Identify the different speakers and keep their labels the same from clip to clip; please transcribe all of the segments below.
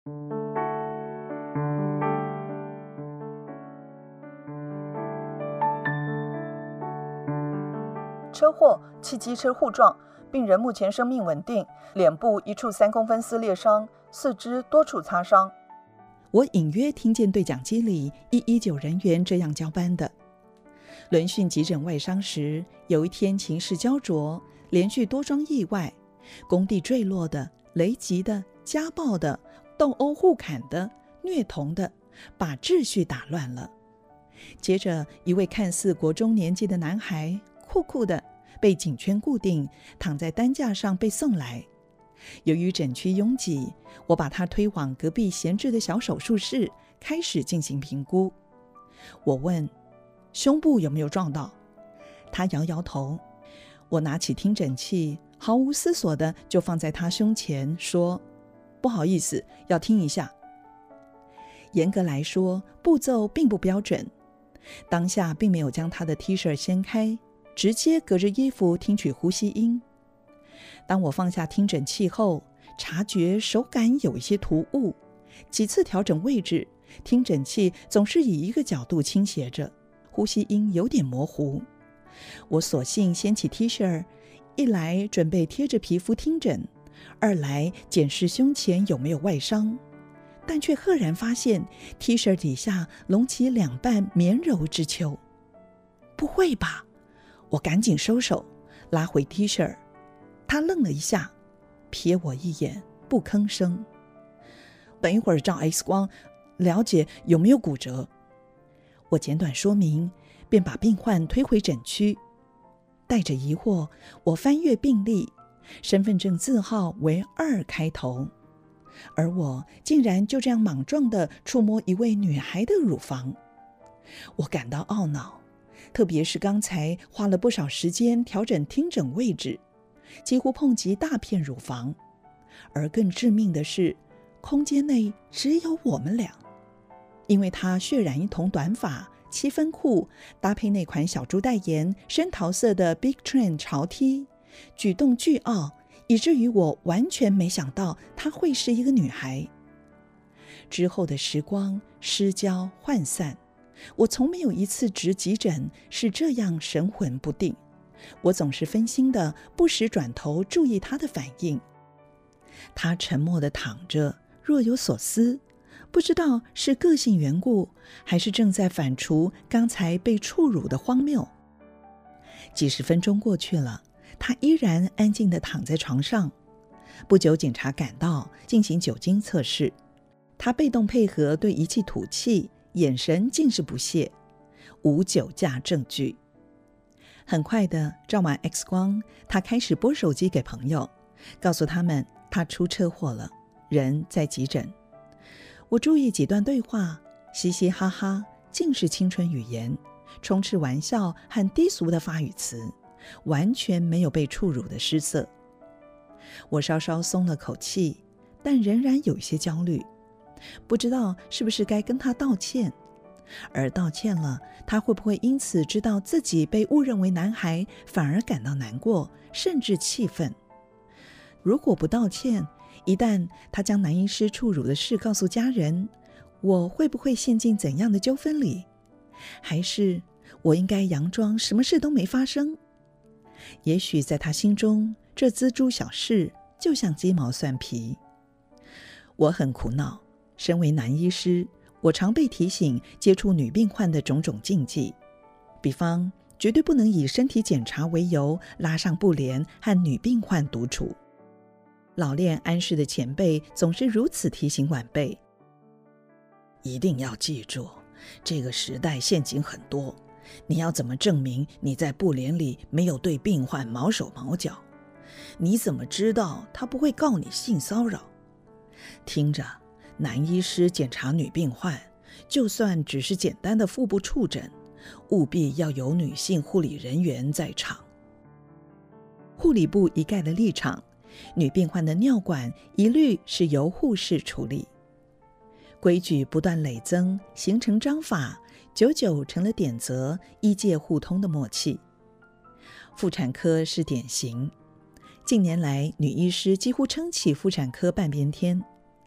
Speaker 1: 车祸，汽机车互撞，病人目前生命稳定，脸部1处3公分撕裂伤，四肢多处擦伤。
Speaker 2: 我隐约听见对讲机里119人员这样交班的。轮训急诊外伤时，有一天情势焦灼，连续多桩意外，工地坠落的、雷击的、家暴的、斗殴互砍的、虐童的，把秩序打乱了。接着一位看似国中年纪的男孩酷酷的被颈圈固定，躺在担架上被送来。由于诊区拥挤，我把他推往隔壁闲置的小手术室，开始进行评估。我问胸部有没有撞到，他摇摇头。我拿起听诊器，毫无思索的就放在他胸前，说不好意思，要听一下。严格来说，步骤并不标准，当下并没有将他的 T 恤掀开，直接隔着衣服听取呼吸音。当我放下听诊器后，察觉手感有一些突兀，几次调整位置，听诊器总是以一个角度倾斜着，呼吸音有点模糊。我索性掀起 T 恤，一来准备贴着皮肤听诊，二来检视胸前有没有外伤，但却赫然发现 T 恤底下隆起两瓣绵柔之丘。不会吧？我赶紧收手，拉回 T 恤。他愣了一下，瞥我一眼，不吭声。等一会儿照 X 光，了解有没有骨折。我简短说明，便把病患推回诊区。带着疑惑，我翻阅病历，身份证字号为2开头，而我竟然就这样莽撞地触摸一位女孩的乳房。我感到懊恼，特别是刚才花了不少时间调整听诊位置，几乎碰及大片乳房，而更致命的是，空间内只有我们俩。因为她血染一头短发，7分裤，搭配那款小猪代言深桃色的 Big Trend 潮 T， 举动倨傲，以至于我完全没想到她会是一个女孩。之后的时光失焦涣散，我从没有一次值急诊是这样神魂不定。我总是分心的，不时转头注意他的反应。他沉默地躺着，若有所思，不知道是个性缘故，还是正在反刍刚才被触辱的荒谬。几十分钟过去了，他依然安静地躺在床上。不久，警察赶到进行酒精测试，他被动配合对仪器吐气，眼神尽是不屑，无酒驾证据。很快的照完 X 光，他开始拨手机给朋友，告诉他们他出车祸了，人在急诊。我注意几段对话，嘻嘻哈哈，尽是青春语言，充斥玩笑和低俗的发语词，完全没有被触辱的失色。我稍稍松了口气，但仍然有一些焦虑，不知道是不是该跟他道歉。而道歉了，他会不会因此知道自己被误认为男孩，反而感到难过，甚至气愤？如果不道歉，一旦他将男医师触辱的事告诉家人，我会不会陷进怎样的纠纷里？还是我应该佯装什么事都没发生？也许在他心中，这锱铢小事就像鸡毛蒜皮。我很苦恼，身为男医师，我常被提醒接触女病患的种种禁忌，比方绝对不能以身体检查为由拉上布帘和女病患独处。老练安适的前辈总是如此提醒晚辈，一定要记住，这个时代陷阱很多，你要怎么证明你在布帘里没有对病患毛手毛脚？你怎么知道他不会告你性骚扰？听着，男医师检查女病患，就算只是简单的腹部触诊，务必要有女性护理人员在场。护理部一概的立场，女病患的尿管一律是由护士处理。规矩不断累增，形成章法，久久成了典则，医界互通的默契。妇产科是典型，近年来女医师几乎撑起妇产科半边天。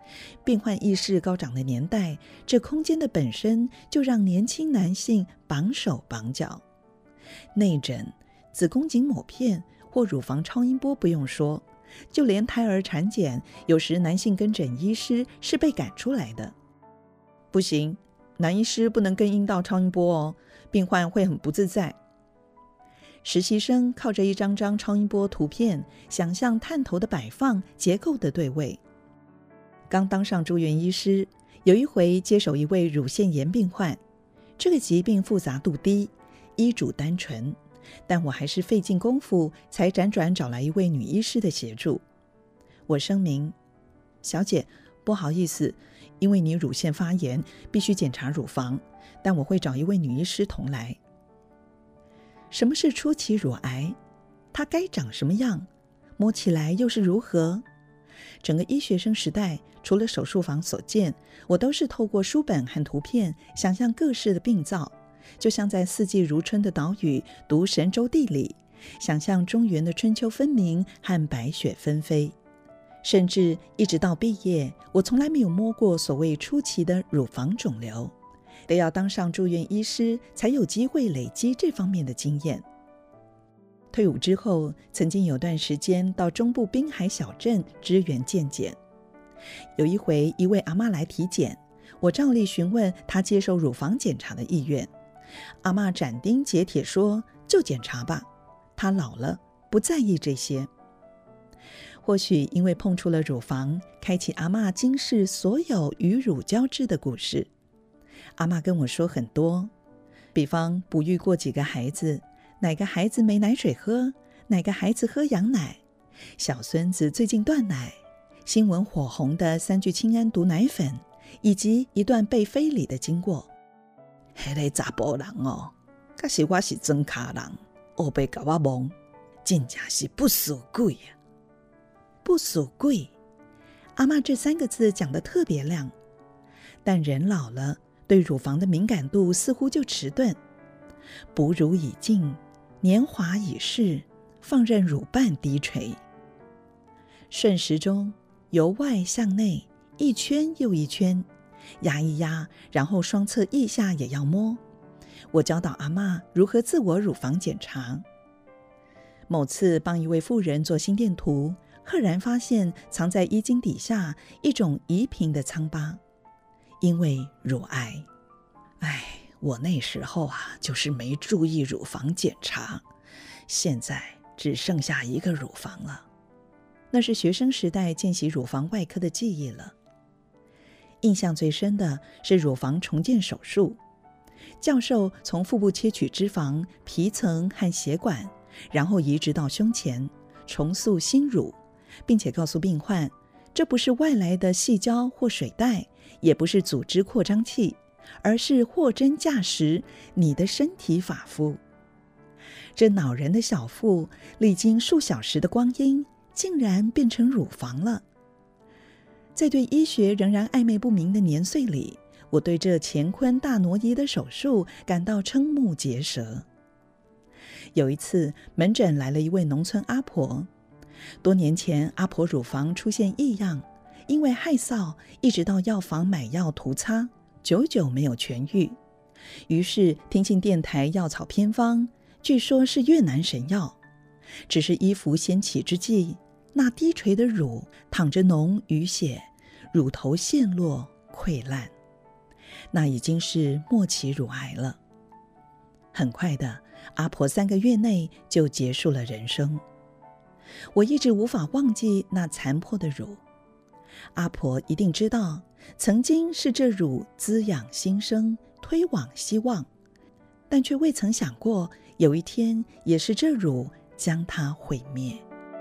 Speaker 2: 病患意识高涨的年代，这空间的本身就让年轻男性绑手绑脚。内诊、子宫颈抹片或乳房超音波不用说，就连胎儿产检，有时男性跟诊医师是被赶出来的。不行，男医师不能跟阴道超音波哦，病患会很不自在。实习生靠着一张张超音波图片，想象探头的摆放、结构的对位。刚当上住院医师，有一回接手一位乳腺炎病患，这个疾病复杂度低，医嘱单纯，但我还是费尽功夫才辗转找来一位女医师的协助。我声明：小姐，不好意思，因为你乳腺发炎，必须检查乳房，但我会找一位女医师同来。什么是初期乳癌？它该长什么样？摸起来又是如何？整个医学生时代，除了手术房所见，我都是透过书本和图片想象各式的病灶，就像在四季如春的岛屿读神州地理，想象中原的春秋分明和白雪纷飞。甚至一直到毕业，我从来没有摸过所谓初期的乳房肿瘤，得要当上住院医师才有机会累积这方面的经验。退伍之后，曾经有段时间到中部滨海小镇支援健检。有一回，一位阿嬷来体检，我照例询问她接受乳房检查的意愿。阿嬷斩钉截铁说：“就检查吧，她老了，不在意这些。”或许因为碰触了乳房，开启阿嬷经世所有与乳交织的故事。阿嬷跟我说很多，比方哺育过几个孩子，哪个孩子没奶水喝，哪个孩子喝羊奶，小孙子最近断奶，新闻火红的3聚氰胺毒奶粉，以及一段被非礼的经过。那个查甫人哦，可是我是真卡人，黑白甲我蒙，真正是不属鬼啊！不属鬼，阿嬷这3个字讲得特别亮。但人老了，对乳房的敏感度似乎就迟钝。哺乳已尽，年华已逝，放任乳瓣低垂。顺时钟由外向内，一圈又一圈，压一压，然后双侧腋下也要摸。我教导阿嬷如何自我乳房检查。某次帮一位妇人做心电图，赫然发现藏在衣襟底下一种移平的疮疤，因为乳癌。我那时候就是没注意乳房检查，现在只剩下一个乳房了。那是学生时代见习乳房外科的记忆了。印象最深的是乳房重建手术，教授从腹部切取脂肪、皮层和血管，然后移植到胸前，重塑新乳，并且告诉病患，这不是外来的细胶或水袋，也不是组织扩张器，而是货真价实你的身体发肤。这恼人的小腹历经数小时的光阴，竟然变成乳房了。在对医学仍然暧昧不明的年岁里，我对这乾坤大挪移的手术感到瞠目结舌。有一次门诊来了一位农村阿婆，多年前阿婆乳房出现异样，因为害臊一直到药房买药涂擦，久久没有痊愈。于是听信电台药草偏方，据说是越南神药。只是衣服掀起之际，那低垂的乳淌着脓与血，乳头陷落溃烂，那已经是末期乳癌了。很快的，阿婆3个月内就结束了人生。我一直无法忘记那残破的乳。阿婆一定知道，曾经是这乳滋养新生，推往希望，但却未曾想过，有一天也是这乳将它毁灭。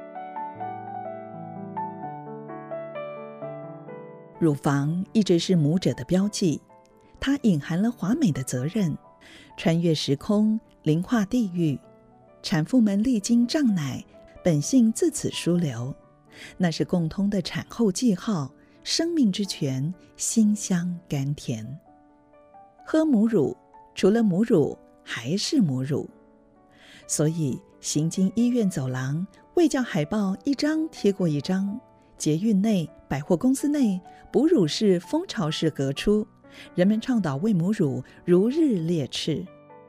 Speaker 2: 乳房一直是母者的标记，它隐含了华美的责任，穿越时空，凌跨地域。产妇们历经胀奶，本性自此疏流，那是共通的产后记号，生命之泉，馨香甘甜。喝母乳，除了母乳还是母乳。所以行经医院走廊，卫教海报一张贴过一张， 捷运内、百货公司内，哺乳室蜂巢式革出，人们倡导喂母乳如日列斥。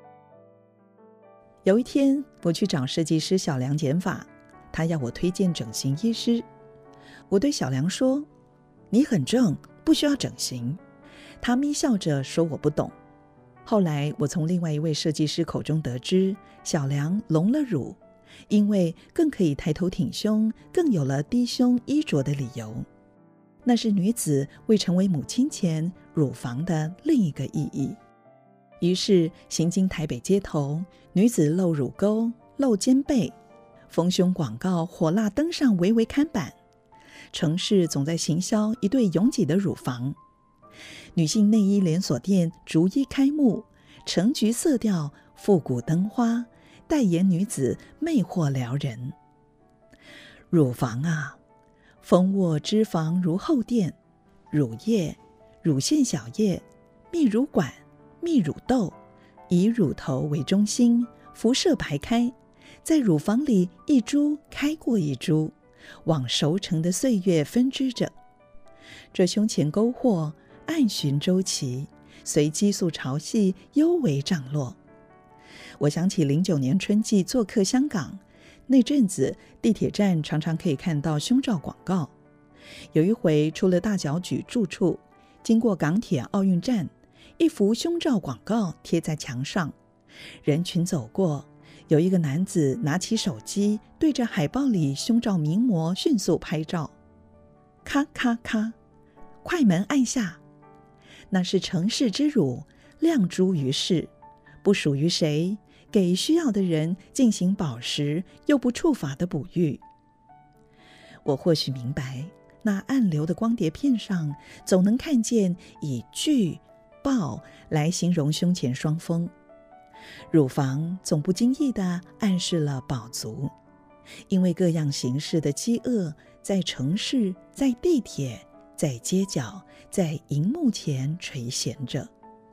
Speaker 2: 有一天，我去找设计师小梁剪发，他要我推荐整形医师。我对小梁说：“你很正，不需要整形。”他咪笑着说我不懂。后来我从另外一位设计师口中得知，小梁隆了乳，因为更可以抬头挺胸，更有了低胸衣着的理由。那是女子未成为母亲前乳房的另一个意义。于是行经台北街头，女子露乳沟、露肩背，丰胸广告火辣登上微微看板。城市总在行销一对拥挤的乳房。女性内衣连锁店逐一开幕，橙橘色调，复古灯花，代言女子魅惑撩人。乳房啊，丰沃脂肪如厚垫，乳液、乳腺小叶、泌乳管、泌乳窦，以乳头为中心，辐射排开，在乳房里一株开过一株，往熟成的岁月分支着。这胸前沟壑按循周期，随激素潮汐幽微涨落。我想起09年春季做客香港，那阵子地铁站常常可以看到胸罩广告。有一回出了大角咀住处，经过港铁奥运站，一幅胸罩广告贴在墙上，人群走过，有一个男子拿起手机，对着海报里胸罩名模迅速拍照。咔咔咔，快门按下。那是城市之乳，亮珠于世，不属于谁，给需要的人进行饱食又不触法的哺育。我或许明白，那暗流的光碟片上总能看见以巨、爆来形容胸前双峰。乳房总不经意地暗示了饱足，因为各样形式的饥饿在城市、在地铁、在街角、在荧幕前垂涎着。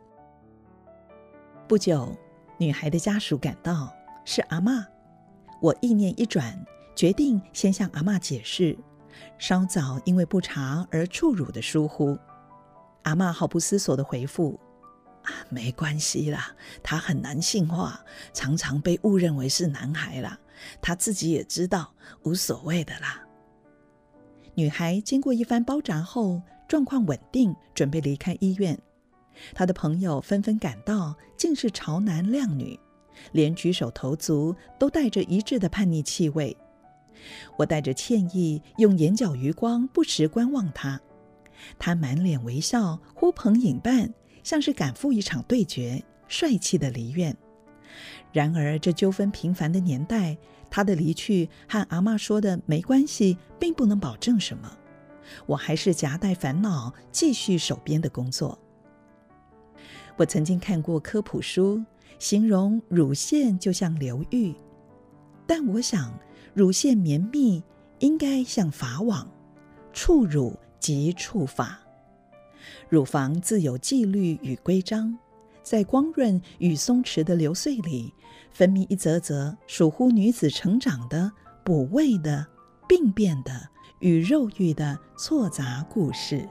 Speaker 2: 不久，女孩的家属赶到，是阿嬷。我意念一转，决定先向阿嬷解释稍早因为不查而触乳的疏忽。阿嬷毫不思索地回复：没关系啦，他很男性化，常常被误认为是男孩啦，他自己也知道，无所谓的啦。女孩经过一番包扎后，状况稳定，准备离开医院。她的朋友纷纷赶到，竟是潮男靓女，连举手投足都带着一致的叛逆气味。我带着歉意，用眼角余光不时观望她。她满脸微笑，呼朋引伴，像是赶赴一场对决，帅气的离院。然而这纠纷频繁的年代，他的离去和阿嬷说的没关系并不能保证什么。我还是夹带烦恼继续手边的工作。我曾经看过科普书，形容乳腺就像流域，但我想乳腺绵密应该像法网，触乳即触法。乳房自有纪律与规章，在光润与松弛的流穗里，分泌一则则属乎女子成长的、补位的、病变的与肉欲的错杂故事。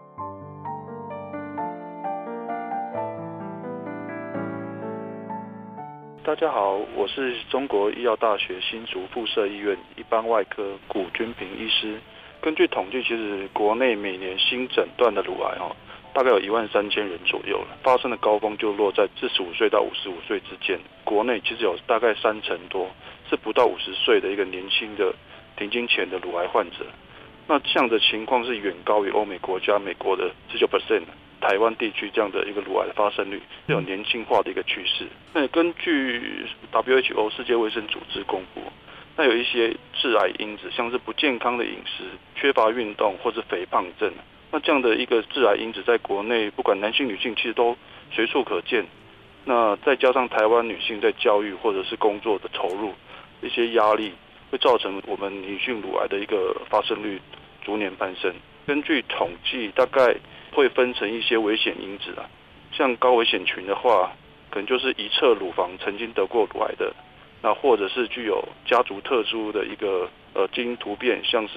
Speaker 3: 大家好，我是中国医药大学新竹附设医院一般外科古君平医师。根据统计，其实国内每年新诊断的乳癌大概有13000人左右了，发生的高峰就落在45岁到55岁之间。国内其实有大概30%多是不到50岁的一个年轻的停经前的乳癌患者。那这样的情况是远高于欧美国家，美国的19%，台湾地区这样的一个乳癌的发生率是有年轻化的一个趋势。那也根据 WHO 世界卫生组织公布，那有一些致癌因子，像是不健康的饮食、缺乏运动或是肥胖症。那这样的一个致癌因子在国内不管男性女性其实都随处可见。那再加上台湾女性在教育或者是工作的投入一些压力，会造成我们女性乳癌的一个发生率逐年攀升。根据统计，大概会分成一些危险因子像高危险群的话，可能就是一侧乳房曾经得过乳癌的，那或者是具有家族特殊的一个基因突变，像是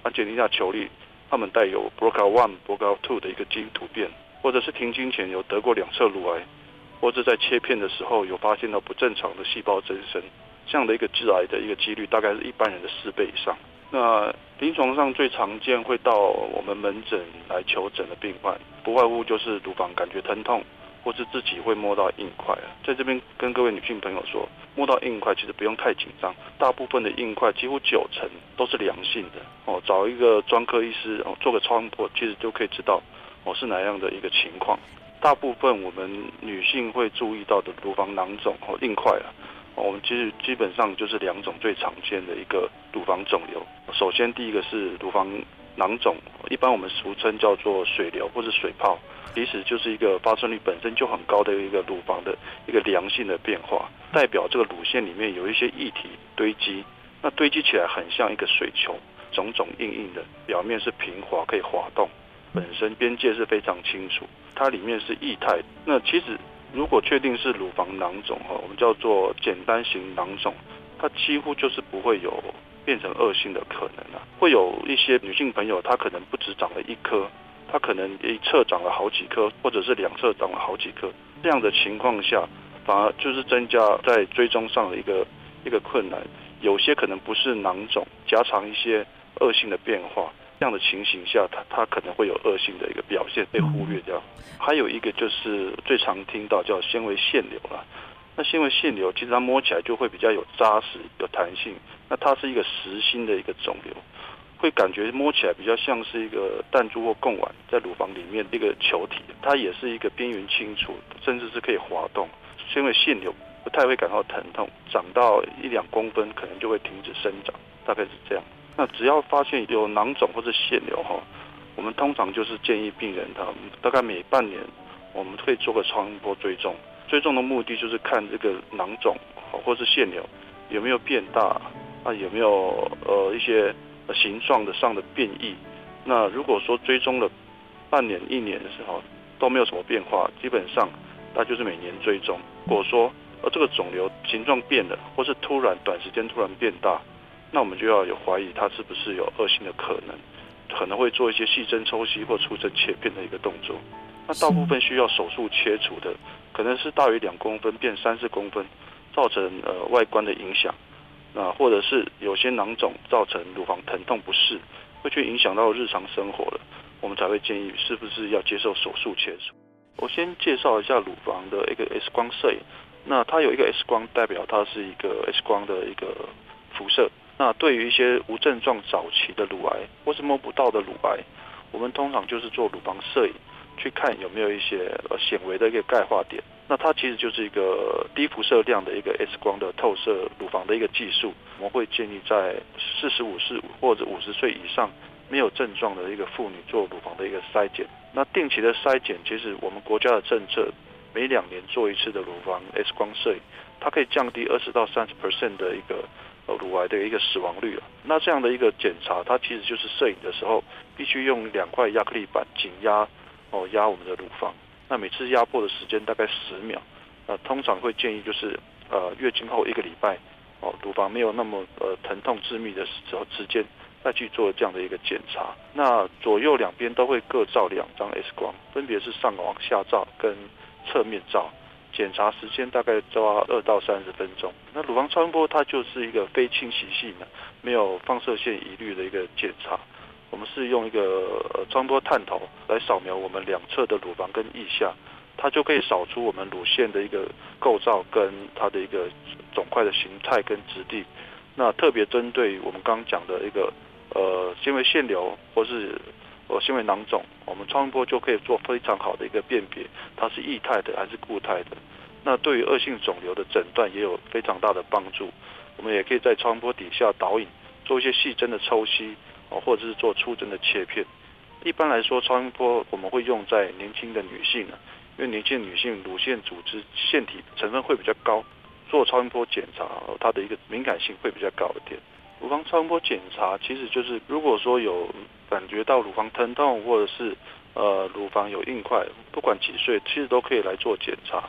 Speaker 3: 安吉丽娜·裘丽他们带有 BRCA1、BRCA2 的一个基因突变，或者是停经前有得过2侧乳癌，或者在切片的时候有发现到不正常的细胞增生，这样的一个致癌的一个几率大概是一般人的4倍以上。那临床上最常见会到我们门诊来求诊的病患，不外乎就是乳房感觉疼痛，或是自己会摸到硬块。在这边跟各位女性朋友说，摸到硬块其实不用太紧张，大部分的硬块几乎90%都是良性的找一个专科医师做个超音波，其实就可以知道是哪样的一个情况。大部分我们女性会注意到的乳房囊肿硬块我们其实基本上就是2种最常见的一个乳房肿瘤。首先第一个是乳房囊肿，一般我们俗称叫做水瘤或是水泡，其实就是一个发生率本身就很高的一个乳房的一个良性的变化，代表这个乳腺里面有一些液体堆积，那堆积起来很像一个水球，肿肿硬硬的，表面是平滑可以滑动，本身边界是非常清楚，它里面是液态。那其实如果确定是乳房囊肿我们叫做简单型囊肿，它几乎就是不会有变成恶性的可能会有一些女性朋友她可能不只长了1颗，她可能一侧长了好几颗，或者是2侧长了好几颗，这样的情况下反而就是增加在追踪上的一个困难。有些可能不是囊肿，加长一些恶性的变化，这样的情形下它可能会有恶性的一个表现被忽略掉。还有一个就是最常听到叫纤维腺瘤啦。那纤维腺瘤其实它摸起来就会比较有扎实有弹性，那它是一个实心的一个肿瘤，会感觉摸起来比较像是一个弹珠或贡丸在乳房里面一个球体，它也是一个边缘清楚，甚至是可以滑动。纤维腺瘤不太会感到疼痛，长到1-2公分可能就会停止生长，大概是这样。那只要发现有囊肿或者腺瘤我们通常就是建议病人大概每半年我们会做个超音波追踪，追踪的目的就是看这个囊肿或是腺瘤有没有变大有没有一些形状上的变异。那如果说追踪了半年1年的时候都没有什么变化，基本上它就是每年追踪。如果说这个肿瘤形状变了，或是短时间突然变大，那我们就要有怀疑它是不是有恶性的可能，可能会做一些细针抽吸或出针切片的一个动作。那大部分需要手术切除的，可能是大于2公分变3-4公分，造成外观的影响。那或者是有些囊肿造成乳房疼痛不适，会去影响到日常生活了，我们才会建议是不是要接受手术切除。我先介绍一下乳房的一个 X 光摄影。那它有一个 X 光，代表它是一个 X 光的一个辐射。那对于一些无症状早期的乳癌或是摸不到的乳癌，我们通常就是做乳房摄影，去看有没有一些显微的一个钙化点。那它其实就是一个低辐射量的一个 X 光的透射乳房的一个技术。我们会建议在45或者50岁以上没有症状的一个妇女做乳房的一个筛检。那定期的筛检，其实我们国家的政策每2年做一次的乳房 X 光摄影，它可以降低20-30% 的一个乳癌的一个死亡率那这样的一个检查，它其实就是摄影的时候必须用2块亚克力板紧压压我们的乳房。那每次压迫的时间大概10秒。通常会建议就是月经后1个礼拜乳房没有那么疼痛致密的时间再去做这样的一个检查。那左右两边都会各照2张 X 光，分别是上往下照跟侧面照，检查时间大概抓2到30分钟。那乳房超音波它就是一个非侵袭性的，没有放射线疑虑的一个检查。我们是用一个超音波探头来扫描我们2侧的乳房跟腋下，它就可以扫出我们乳腺的一个构造跟它的一个肿块的形态跟质地。那特别针对我们刚刚讲的一个纤维腺瘤或是纤维囊肿，我们超音波就可以做非常好的一个辨别，它是液态的还是固态的。那对于恶性肿瘤的诊断也有非常大的帮助。我们也可以在超音波底下导引，做一些细针的抽吸或者是做粗针的切片。一般来说，超音波我们会用在年轻的女性因为年轻的女性乳腺组织腺体成分会比较高，做超音波检查它的一个敏感性会比较高一点。乳房超音波检查其实就是如果说有感觉到乳房疼痛或者是乳房有硬块，不管几岁其实都可以来做检查。因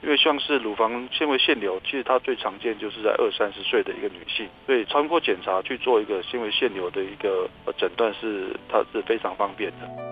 Speaker 3: 因为像是乳房纤维腺瘤，其实它最常见就是在20-30岁的一个女性，所以超音波检查去做一个纤维腺瘤的一个诊断它是非常方便的。